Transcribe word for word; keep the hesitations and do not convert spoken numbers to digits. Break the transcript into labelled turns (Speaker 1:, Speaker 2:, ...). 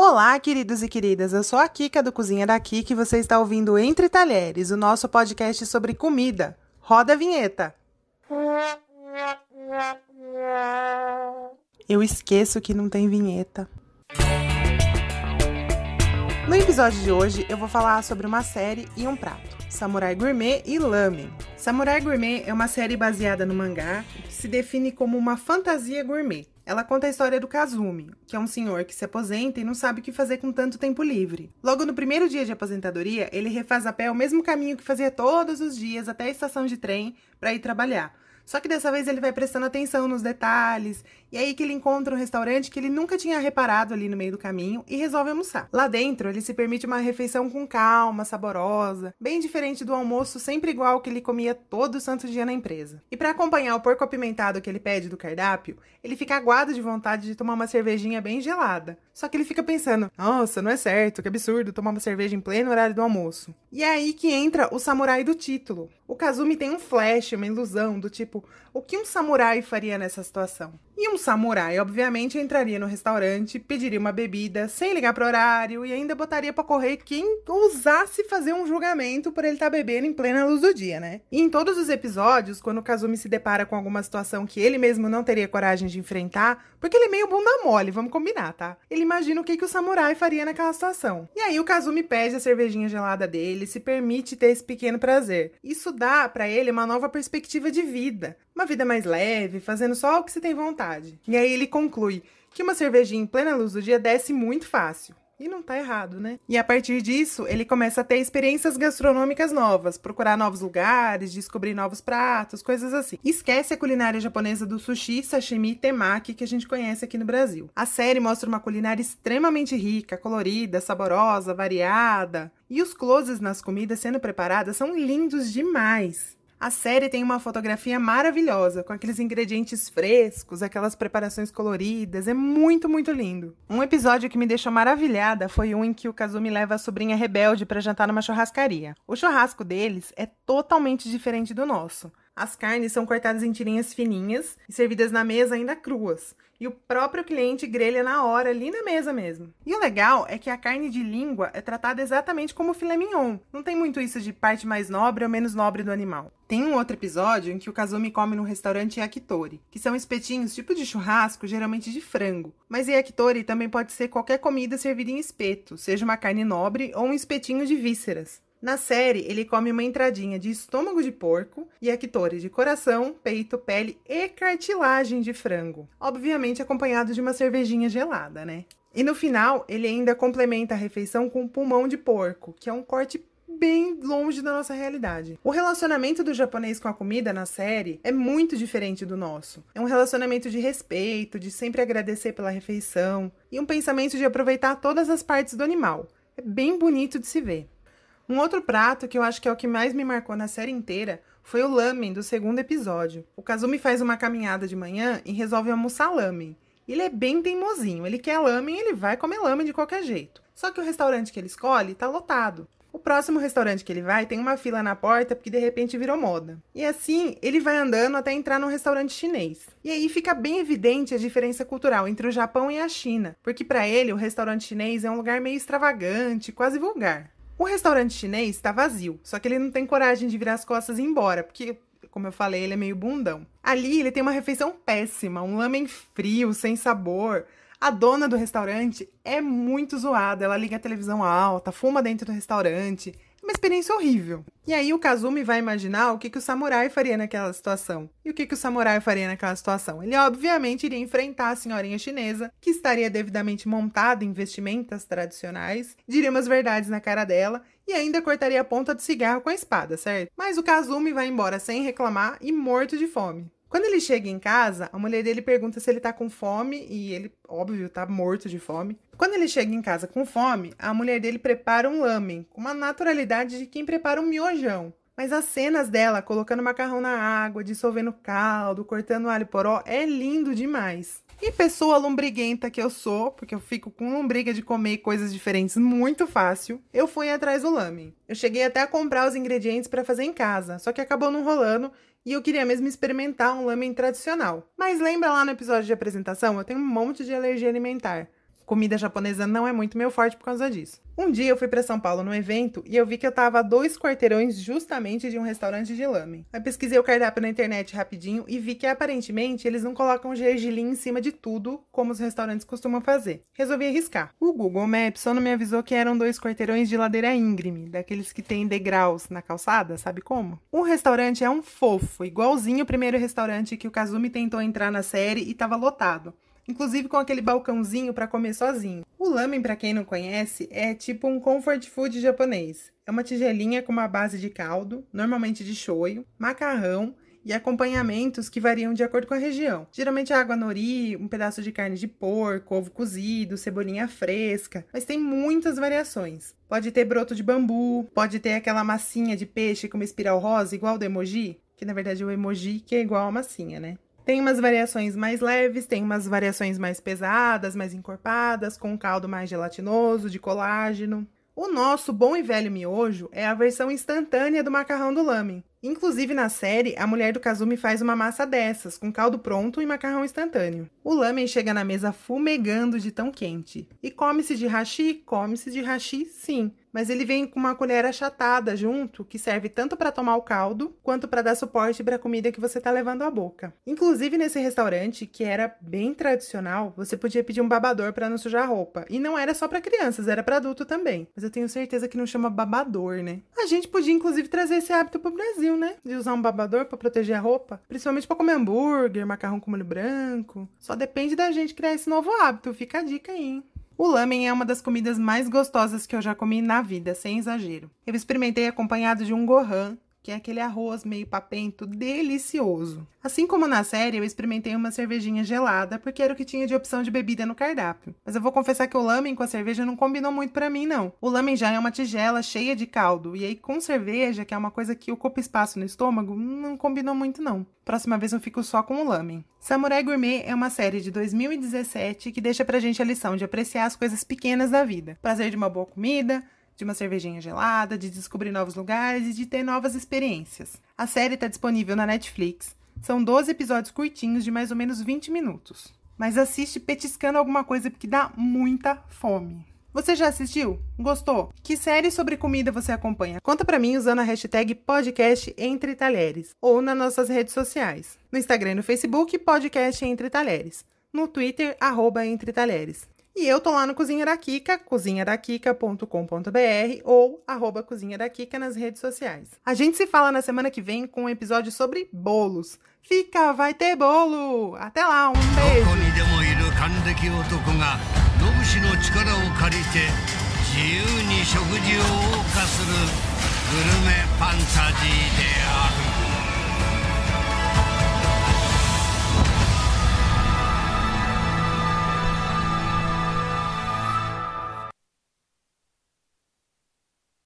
Speaker 1: Olá, queridos e queridas, eu sou a Kika do Cozinha da Kika e você está ouvindo Entre Talheres, o nosso podcast sobre comida. Roda a vinheta! Eu esqueço que não tem vinheta. No episódio de hoje, eu vou falar sobre uma série e um prato, Samurai Gourmet e Lamen. Samurai Gourmet é uma série baseada no mangá que se define como uma fantasia gourmet. Ela conta a história do Kazumi, que é um senhor que se aposenta e não sabe o que fazer com tanto tempo livre. Logo no primeiro dia de aposentadoria, ele refaz a pé o mesmo caminho que fazia todos os dias até a estação de trem para ir trabalhar. Só que dessa vez ele vai prestando atenção nos detalhes, e é aí que ele encontra um restaurante que ele nunca tinha reparado ali no meio do caminho e resolve almoçar. Lá dentro, ele se permite uma refeição com calma, saborosa, bem diferente do almoço sempre igual que ele comia todo santo dia na empresa. E para acompanhar o porco apimentado que ele pede do cardápio, ele fica aguado de vontade de tomar uma cervejinha bem gelada. Só que ele fica pensando, nossa, não é certo, que absurdo tomar uma cerveja em pleno horário do almoço. E é aí que entra o samurai do título. O Kazumi tem um flash, uma ilusão do tipo, o que um samurai faria nessa situação? E um samurai, obviamente, entraria no restaurante, pediria uma bebida, sem ligar pro horário, e ainda botaria pra correr quem ousasse fazer um julgamento por ele estar bebendo em plena luz do dia, né? E em todos os episódios, quando o Kazumi se depara com alguma situação que ele mesmo não teria coragem de enfrentar, porque ele é meio bunda mole, vamos combinar, tá? Ele imagina o que, que o samurai faria naquela situação. E aí o Kazumi pede a cervejinha gelada dele, se permite ter esse pequeno prazer. Isso dá pra ele uma nova perspectiva de vida. Uma vida mais leve, fazendo só o que se tem vontade. E aí ele conclui que uma cervejinha em plena luz do dia desce muito fácil. E não tá errado, né? E a partir disso, ele começa a ter experiências gastronômicas novas, procurar novos lugares, descobrir novos pratos, coisas assim. Esquece a culinária japonesa do sushi, sashimi e temaki que a gente conhece aqui no Brasil. A série mostra uma culinária extremamente rica, colorida, saborosa, variada. E os closes nas comidas sendo preparadas são lindos demais. A série tem uma fotografia maravilhosa, com aqueles ingredientes frescos, aquelas preparações coloridas, é muito, muito lindo. Um episódio que me deixou maravilhada foi um em que o Kazumi leva a sobrinha rebelde para jantar numa churrascaria. O churrasco deles é totalmente diferente do nosso. As carnes são cortadas em tirinhas fininhas e servidas na mesa ainda cruas. E o próprio cliente grelha na hora, ali na mesa mesmo. E o legal é que a carne de língua é tratada exatamente como filé mignon. Não tem muito isso de parte mais nobre ou menos nobre do animal. Tem um outro episódio em que o Kazumi come num restaurante yakitori, que são espetinhos tipo de churrasco, geralmente de frango. Mas yakitori também pode ser qualquer comida servida em espeto, seja uma carne nobre ou um espetinho de vísceras. Na série, ele come uma entradinha de estômago de porco, yakitori de coração, peito, pele e cartilagem de frango. Obviamente acompanhado de uma cervejinha gelada, né? E no final, ele ainda complementa a refeição com pulmão de porco, que é um corte bem longe da nossa realidade. O relacionamento do japonês com a comida na série é muito diferente do nosso. É um relacionamento de respeito, de sempre agradecer pela refeição e um pensamento de aproveitar todas as partes do animal. É bem bonito de se ver. Um outro prato que eu acho que é o que mais me marcou na série inteira foi o lamen do segundo episódio. O Kazumi faz uma caminhada de manhã e resolve almoçar lamen. Ele é bem teimosinho, ele quer lamen e ele vai comer lamen de qualquer jeito. Só que o restaurante que ele escolhe tá lotado. O próximo restaurante que ele vai tem uma fila na porta porque de repente virou moda. E assim, ele vai andando até entrar num restaurante chinês. E aí fica bem evidente a diferença cultural entre o Japão e a China, porque para ele o restaurante chinês é um lugar meio extravagante, quase vulgar. O restaurante chinês está vazio, só que ele não tem coragem de virar as costas e ir embora, porque, como eu falei, ele é meio bundão. Ali ele tem uma refeição péssima, um lamen frio, sem sabor. A dona do restaurante é muito zoada, ela liga a televisão alta, fuma dentro do restaurante. É uma experiência horrível. E aí o Kazumi vai imaginar o que, que o samurai faria naquela situação. E o que, que o samurai faria naquela situação? Ele obviamente iria enfrentar a senhorinha chinesa, que estaria devidamente montada em vestimentas tradicionais, diria umas verdades na cara dela e ainda cortaria a ponta do cigarro com a espada, certo? Mas o Kazumi vai embora sem reclamar e morto de fome. Quando ele chega em casa, a mulher dele pergunta se ele tá com fome e ele, óbvio, tá morto de fome. Quando ele chega em casa com fome, a mulher dele prepara um lamen, com uma naturalidade de quem prepara um miojão. Mas as cenas dela colocando macarrão na água, dissolvendo caldo, cortando alho poró, é lindo demais. E pessoa lombriguenta que eu sou, porque eu fico com lombriga de comer coisas diferentes muito fácil, eu fui atrás do lamen. Eu cheguei até a comprar os ingredientes para fazer em casa, só que acabou não rolando e eu queria mesmo experimentar um lamen tradicional. Mas lembra lá no episódio de apresentação? Eu tenho um monte de alergia alimentar. Comida japonesa não é muito meu forte por causa disso. Um dia eu fui pra São Paulo num evento e eu vi que eu tava a dois quarteirões justamente de um restaurante de lamen. Aí pesquisei o cardápio na internet rapidinho e vi que aparentemente eles não colocam gergelim em cima de tudo, como os restaurantes costumam fazer. Resolvi arriscar. O Google Maps só não me avisou que eram dois quarteirões de ladeira íngreme, daqueles que tem degraus na calçada, sabe como? O restaurante é um fofo, igualzinho o primeiro restaurante que o Kazumi tentou entrar na série e tava lotado. Inclusive com aquele balcãozinho para comer sozinho. O lamen, para quem não conhece, é tipo um comfort food japonês. É uma tigelinha com uma base de caldo, normalmente de shoyu, macarrão e acompanhamentos que variam de acordo com a região. Geralmente água nori, um pedaço de carne de porco, ovo cozido, cebolinha fresca, mas tem muitas variações. Pode ter broto de bambu, pode ter aquela massinha de peixe com uma espiral rosa, igual do emoji, que na verdade é o emoji que é igual a massinha, né? Tem umas variações mais leves, tem umas variações mais pesadas, mais encorpadas, com um caldo mais gelatinoso, de colágeno. O nosso bom e velho miojo é a versão instantânea do macarrão do lamen. Inclusive, na série, a mulher do Kazumi faz uma massa dessas, com caldo pronto e macarrão instantâneo. O lamen chega na mesa fumegando de tão quente. E come-se de hashi? Come-se de hashi, sim. Mas ele vem com uma colher achatada junto, que serve tanto para tomar o caldo, quanto para dar suporte para a comida que você está levando à boca. Inclusive, nesse restaurante, que era bem tradicional, você podia pedir um babador para não sujar a roupa. E não era só para crianças, era para adulto também. Mas eu tenho certeza que não chama babador, né? A gente podia, inclusive, trazer esse hábito pro Brasil, né? De usar um babador para proteger a roupa. Principalmente para comer hambúrguer, macarrão com molho branco. Só depende da gente criar esse novo hábito. Fica a dica aí, hein? O lamen é uma das comidas mais gostosas que eu já comi na vida, sem exagero. Eu experimentei acompanhado de um gohan, que é aquele arroz meio papento delicioso. Assim como na série, eu experimentei uma cervejinha gelada, porque era o que tinha de opção de bebida no cardápio. Mas eu vou confessar que o lamen com a cerveja não combinou muito pra mim, não. O lamen já é uma tigela cheia de caldo, e aí com cerveja, que é uma coisa que ocupa espaço no estômago, não combinou muito, não. Próxima vez eu fico só com o lamen. Samurai Gourmet é uma série de dois mil e dezessete que deixa pra gente a lição de apreciar as coisas pequenas da vida. Prazer de uma boa comida, de uma cervejinha gelada, de descobrir novos lugares e de ter novas experiências. A série está disponível na Netflix. São doze episódios curtinhos de mais ou menos vinte minutos. Mas assiste petiscando alguma coisa porque dá muita fome. Você já assistiu? Gostou? Que série sobre comida você acompanha? Conta pra mim usando a hashtag podcast Entre Talheres ou nas nossas redes sociais. No Instagram e no Facebook, podcast Entre Talheres. No Twitter, arroba Entre Talheres. E eu tô lá no Cozinha da Kika, cozinha da kika ponto com ponto b r ou arroba Cozinha da Kika nas redes sociais. A gente se fala na semana que vem com um episódio sobre bolos. Fica, vai ter bolo! Até lá, um beijo!
Speaker 2: Gurme ファンタジーである